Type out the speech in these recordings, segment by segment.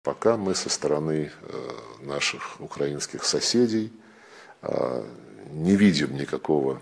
Пока мы со стороны наших украинских соседей не видим никакого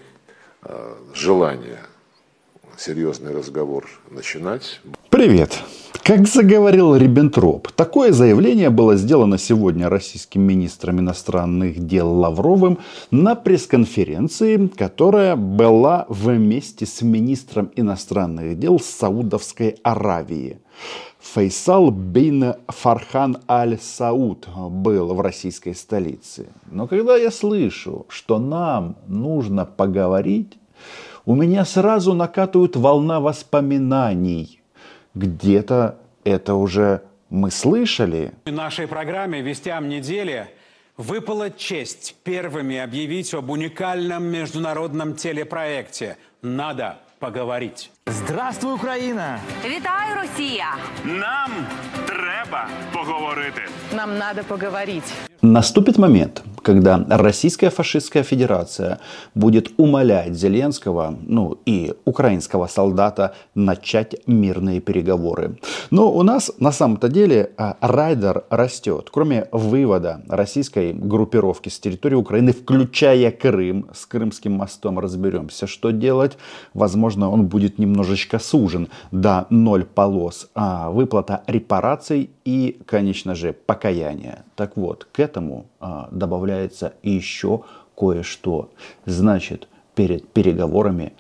желания серьезный разговор начинать. Привет! Как заговорил Риббентроп, такое заявление было сделано сегодня российским министром иностранных дел Лавровым на пресс-конференции, которая была вместе с министром иностранных дел Саудовской Аравии. Фейсал бин Фархан аль-Сауд был в российской столице. Но когда я слышу, что нам нужно поговорить, у меня сразу накатывает волна воспоминаний. Где-то это уже мы слышали. В нашей программе «Вестям недели» выпала честь первыми объявить об уникальном международном телепроекте «Надо поговорить». Здравствуй, Україна! Вітаю, Росія! Нам треба поговорити. Нам надо поговорить. Наступит момент, когда Российская фашистская федерация будет умолять Зеленского, и украинского солдата начать мирные переговоры. Но у нас на самом-то деле райдер растет. Кроме вывода российской группировки с территории Украины, включая Крым, с Крымским мостом разберемся, что делать. Возможно, он будет немножечко сужен до 0 полос. Выплата репараций и, конечно же, покаяние. Так вот, к этому добавляется еще кое-что. Значит, перед переговорами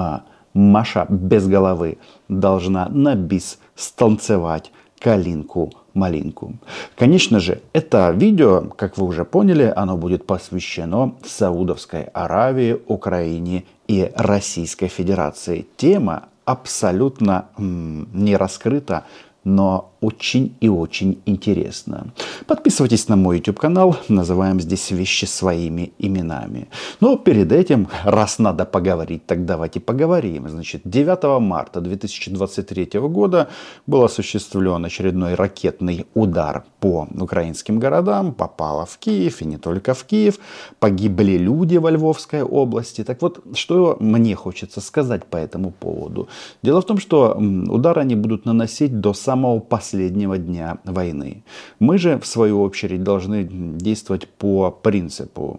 Маша без головы должна на бис станцевать калинку-малинку. Конечно же, это видео, как вы уже поняли, оно будет посвящено Саудовской Аравии, Украине и Российской Федерации. Тема абсолютно не раскрыта, но очень и очень интересно. Подписывайтесь на мой YouTube канал, называем здесь вещи своими именами. Но перед этим, раз надо поговорить, так давайте поговорим. Значит, 9 марта 2023 года был осуществлен очередной ракетный удар по украинским городам, попало в Киев и не только в Киев, погибли люди во Львовской области. Так вот, что мне хочется сказать по этому поводу. Дело в том, что удары они будут наносить до самого последнего дня войны. Мы же, в свою очередь, должны действовать по принципу,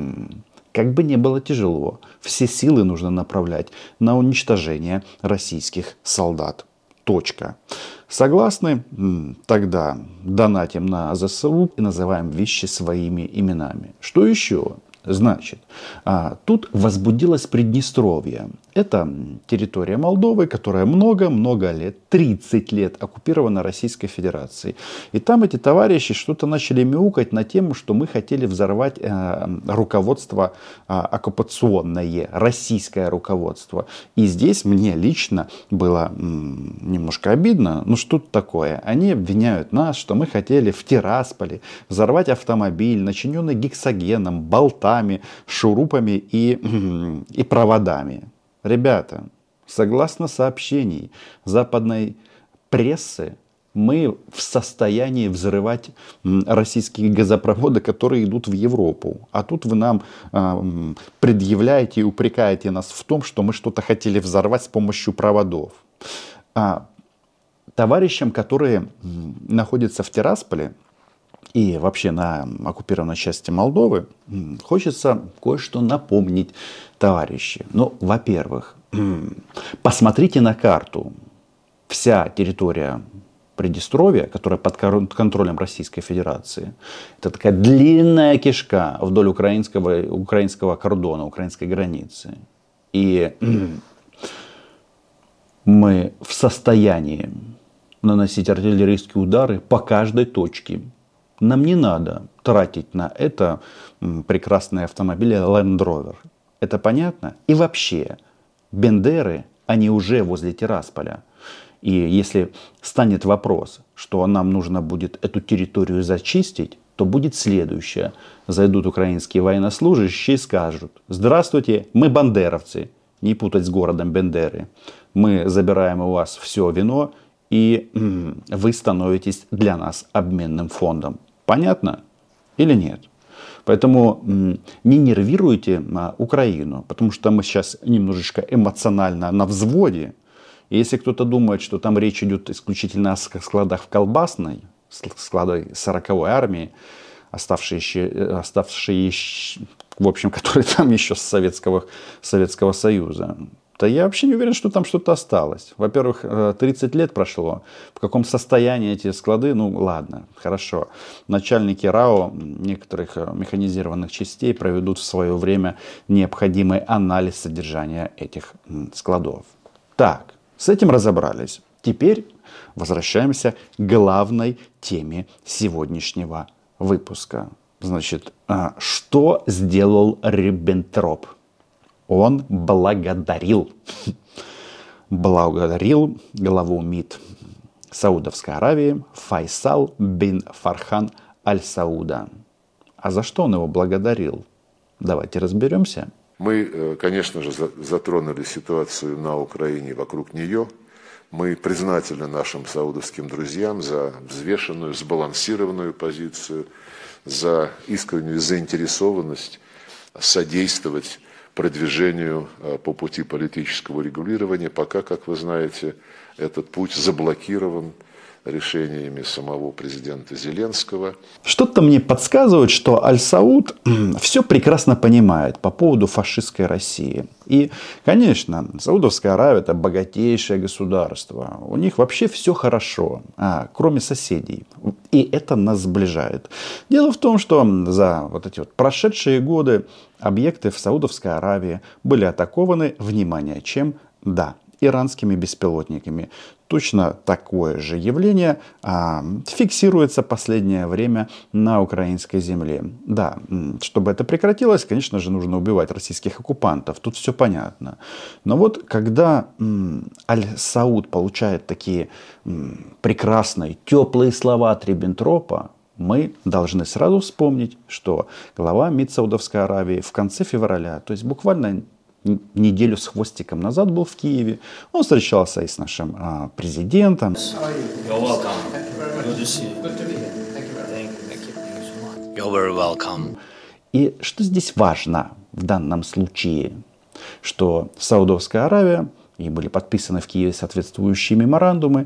как бы не было тяжело, все силы нужно направлять на уничтожение российских солдат. Точка. Согласны? Тогда донатим на ЗСУ и называем вещи своими именами. Что еще? Значит, тут возбудилось Приднестровье. Это территория Молдовы, которая много-много лет, 30 лет оккупирована Российской Федерацией. И там эти товарищи что-то начали мяукать на тему, что мы хотели взорвать руководство оккупационное, российское руководство. И здесь мне лично было немножко обидно. Ну что тут такое? Они обвиняют нас, что мы хотели в Тирасполе взорвать автомобиль, начиненный гексогеном, болтами, шурупами и проводами. Ребята, согласно сообщений западной прессы, мы в состоянии взрывать российские газопроводы, которые идут в Европу. А тут вы нам предъявляете и упрекаете нас в том, что мы что-то хотели взорвать с помощью проводов. Товарищам, которые находятся в Тирасполе и вообще на оккупированной части Молдовы, хочется кое-что напомнить, товарищи. Во-первых, посмотрите на карту. Вся территория Приднестровья, которая под контролем Российской Федерации, это такая длинная кишка вдоль украинского кордона, украинской границы. И мы в состоянии наносить артиллерийские удары по каждой точке. Нам не надо тратить на это прекрасные автомобили Land Rover. Это понятно? И вообще, Бендеры, они уже возле Тирасполя. И если станет вопрос, что нам нужно будет эту территорию зачистить, то будет следующее. Зайдут украинские военнослужащие и скажут: здравствуйте, мы бандеровцы. Не путать с городом Бендеры. Мы забираем у вас все вино, и вы становитесь для нас обменным фондом. Понятно или нет? Поэтому не нервируйте Украину, потому что мы сейчас немножечко эмоционально на взводе. И если кто-то думает, что там речь идет исключительно о складах в колбасной, склады 40-й армии, оставшие, в общем, которые там еще с Советского Союза, то я вообще не уверен, что там что-то осталось. Во-первых, 30 лет прошло. В каком состоянии эти склады? Ну, ладно, хорошо. Начальники РАО некоторых механизированных частей проведут в свое время необходимый анализ содержания этих складов. Так, с этим разобрались. Теперь возвращаемся к главной теме сегодняшнего выпуска. Значит, что сделал Риббентроп? Он благодарил главу МИД Саудовской Аравии Файсал бин Фархан Аль-Сауда. А за что он его благодарил? Давайте разберемся. Мы, конечно же, затронули ситуацию на Украине, вокруг нее. Мы признательны нашим саудовским друзьям за взвешенную, сбалансированную позицию, за искреннюю заинтересованность содействовать продвижению по пути политического регулирования. Пока, как вы знаете, этот путь заблокирован решениями самого президента Зеленского. Что-то мне подсказывает, что Аль-Сауд все прекрасно понимает по поводу фашистской России. И, конечно, Саудовская Аравия – это богатейшее государство. У них вообще все хорошо, кроме соседей. И это нас сближает. Дело в том, что за вот эти вот прошедшие годы объекты в Саудовской Аравии были атакованы, внимание, чем? Да, иранскими беспилотниками. Точно такое же явление фиксируется последнее время на украинской земле. Да, чтобы это прекратилось, конечно же, нужно убивать российских оккупантов. Тут все понятно. Но вот когда Аль-Сауд получает такие прекрасные, теплые слова от Риббентропа, мы должны сразу вспомнить, что глава МИД Саудовской Аравии в конце февраля, то есть буквально неделю с хвостиком назад был в Киеве. Он встречался и с нашим президентом. И что здесь важно в данном случае? Что Саудовская Аравия, и были подписаны в Киеве соответствующие меморандумы,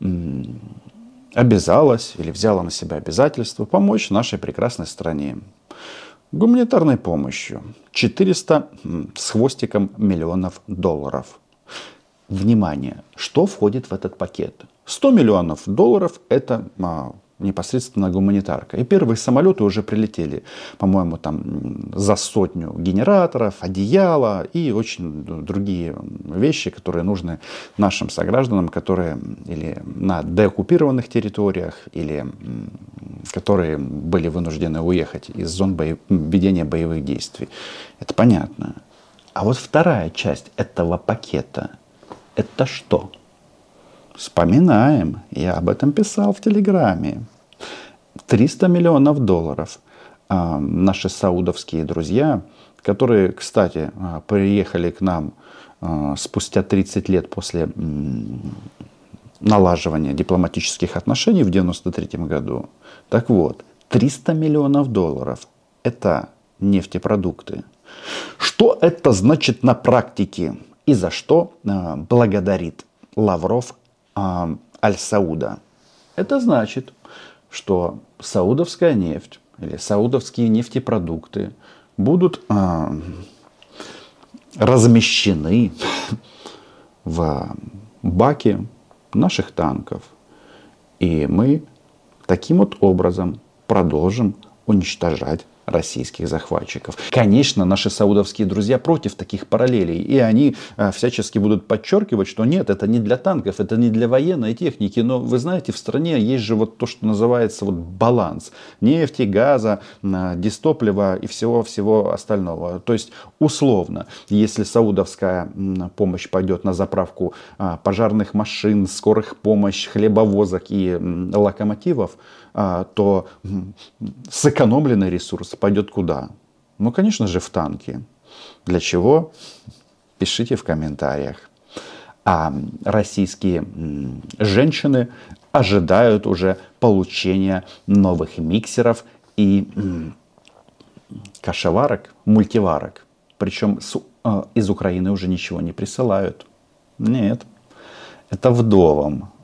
обязалась или взяла на себя обязательство помочь нашей прекрасной стране гуманитарной помощью. 400 с хвостиком миллионов долларов. Внимание, что входит в этот пакет? 100 миллионов долларов – это непосредственно гуманитарка. И первые самолеты уже прилетели, по-моему, там за 100 генераторов, одеяла и очень другие вещи, которые нужны нашим согражданам, которые или на деоккупированных территориях, или которые были вынуждены уехать из зон ведения боевых действий. Это понятно. А вот вторая часть этого пакета – это что? Вспоминаем, я об этом писал в Телеграме. 300 миллионов долларов. Наши саудовские друзья, которые, кстати, приехали к нам спустя 30 лет после налаживания дипломатических отношений в 1993 году. Так вот, 300 миллионов долларов – это нефтепродукты. Что это значит на практике и за что благодарит Лавров Аль-Сауда? Это значит, что саудовская нефть или саудовские нефтепродукты будут размещены в баке наших танков. И мы таким вот образом продолжим уничтожать российских захватчиков. Конечно, наши саудовские друзья против таких параллелей. И они всячески будут подчеркивать, что нет, это не для танков, это не для военной техники. Но вы знаете, в стране есть же вот то, что называется вот баланс нефти, газа, дистоплива и всего остального. То есть, условно, если саудовская помощь пойдет на заправку пожарных машин, скорых помощь, хлебовозок и локомотивов, то сэкономленный ресурс пойдет куда? Ну, конечно же, в танки. Для чего? Пишите в комментариях. А российские женщины ожидают уже получения новых миксеров и кашеварок, мультиварок. Причем из Украины уже ничего не присылают. Нет. Это вдовам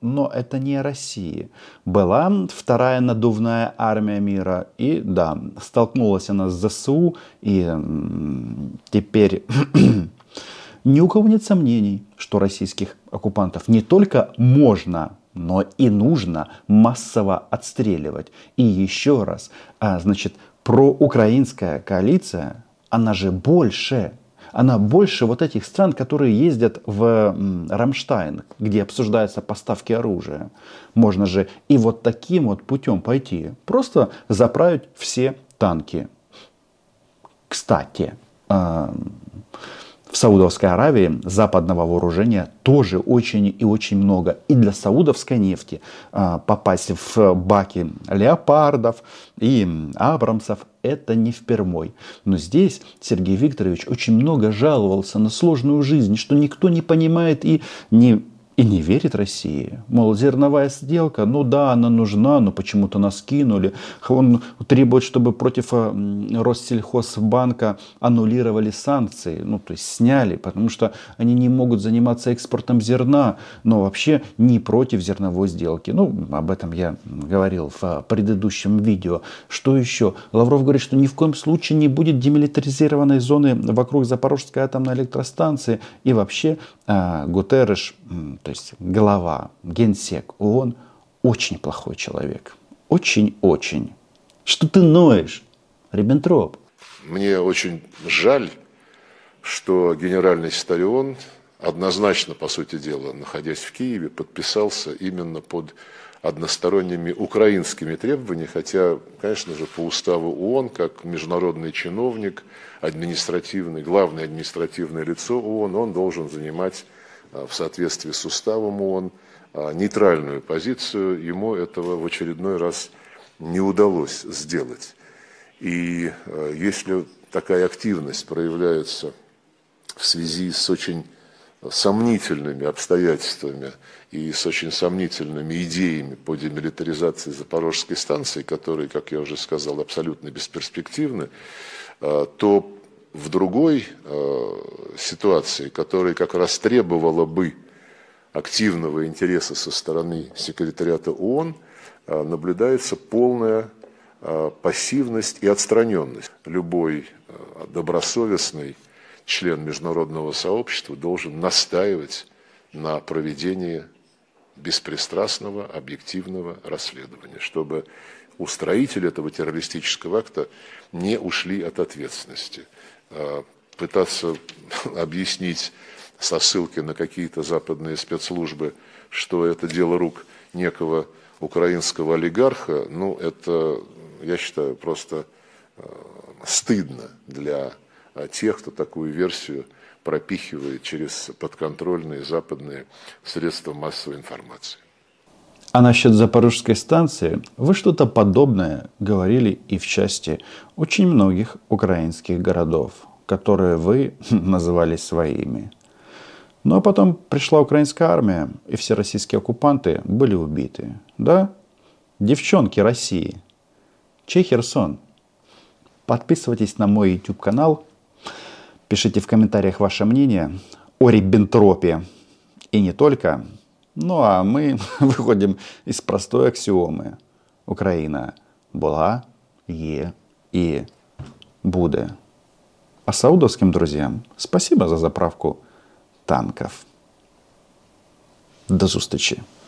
но это не Россия. Была вторая надувная армия мира, и да, столкнулась она с ЗСУ, и теперь ни у кого нет сомнений, что российских оккупантов не только можно, но и нужно массово отстреливать. И еще раз, значит, проукраинская коалиция, она же больше. Она больше вот этих стран, которые ездят в Рамштайн, где обсуждаются поставки оружия. Можно же и вот таким вот путем пойти. Просто заправить все танки. Кстати, в Саудовской Аравии западного вооружения тоже очень и очень много. И для саудовской нефти попасть в баки леопардов и абрамсов — это не впервой. Но здесь Сергей Викторович очень много жаловался на сложную жизнь, что никто не понимает и не верит России. Мол, зерновая сделка, ну да, она нужна, но почему-то нас кинули. Он требует, чтобы против Россельхозбанка аннулировали санкции, ну то есть сняли, потому что они не могут заниматься экспортом зерна, но вообще не против зерновой сделки. Ну, об этом я говорил в предыдущем видео. Что еще? Лавров говорит, что ни в коем случае не будет демилитаризированной зоны вокруг Запорожской атомной электростанции. И вообще Гутерреш, то есть глава, генсек ООН, очень плохой человек. Очень-очень. Что ты ноешь, Риббентроп? Мне очень жаль, что генеральный секретарь ООН однозначно, по сути дела, находясь в Киеве, подписался именно под односторонними украинскими требованиями, хотя, конечно же, по уставу ООН, как международный чиновник, главное административное лицо ООН, он должен занимать в соответствии с уставом ООН нейтральную позицию. Ему этого в очередной раз не удалось сделать. И если такая активность проявляется в связи с очень сомнительными обстоятельствами и с очень сомнительными идеями по демилитаризации Запорожской станции, которые, как я уже сказал, абсолютно бесперспективны, то в другой ситуации, которая как раз требовала бы активного интереса со стороны секретариата ООН, наблюдается полная пассивность и отстраненность. Любой добросовестный член международного сообщества должен настаивать на проведении беспристрастного, объективного расследования, чтобы устроители этого террористического акта не ушли от ответственности. Пытаться объяснить со ссылки на какие-то западные спецслужбы, что это дело рук некого украинского олигарха, ну, это, я считаю, просто стыдно для тех, кто такую версию пропихивает через подконтрольные западные средства массовой информации. А насчет Запорожской станции вы что-то подобное говорили и в части очень многих украинских городов, которые вы называли своими. Ну а потом пришла украинская армия, и все российские оккупанты были убиты. Да? Девчонки России. Чей Херсон? Подписывайтесь на мой YouTube-канал. Пишите в комментариях ваше мнение о Риббентропе. И не только. Ну а мы выходим из простой аксиомы. Украина була, є и буде. А саудовским друзьям спасибо за заправку танков. До зустрічі.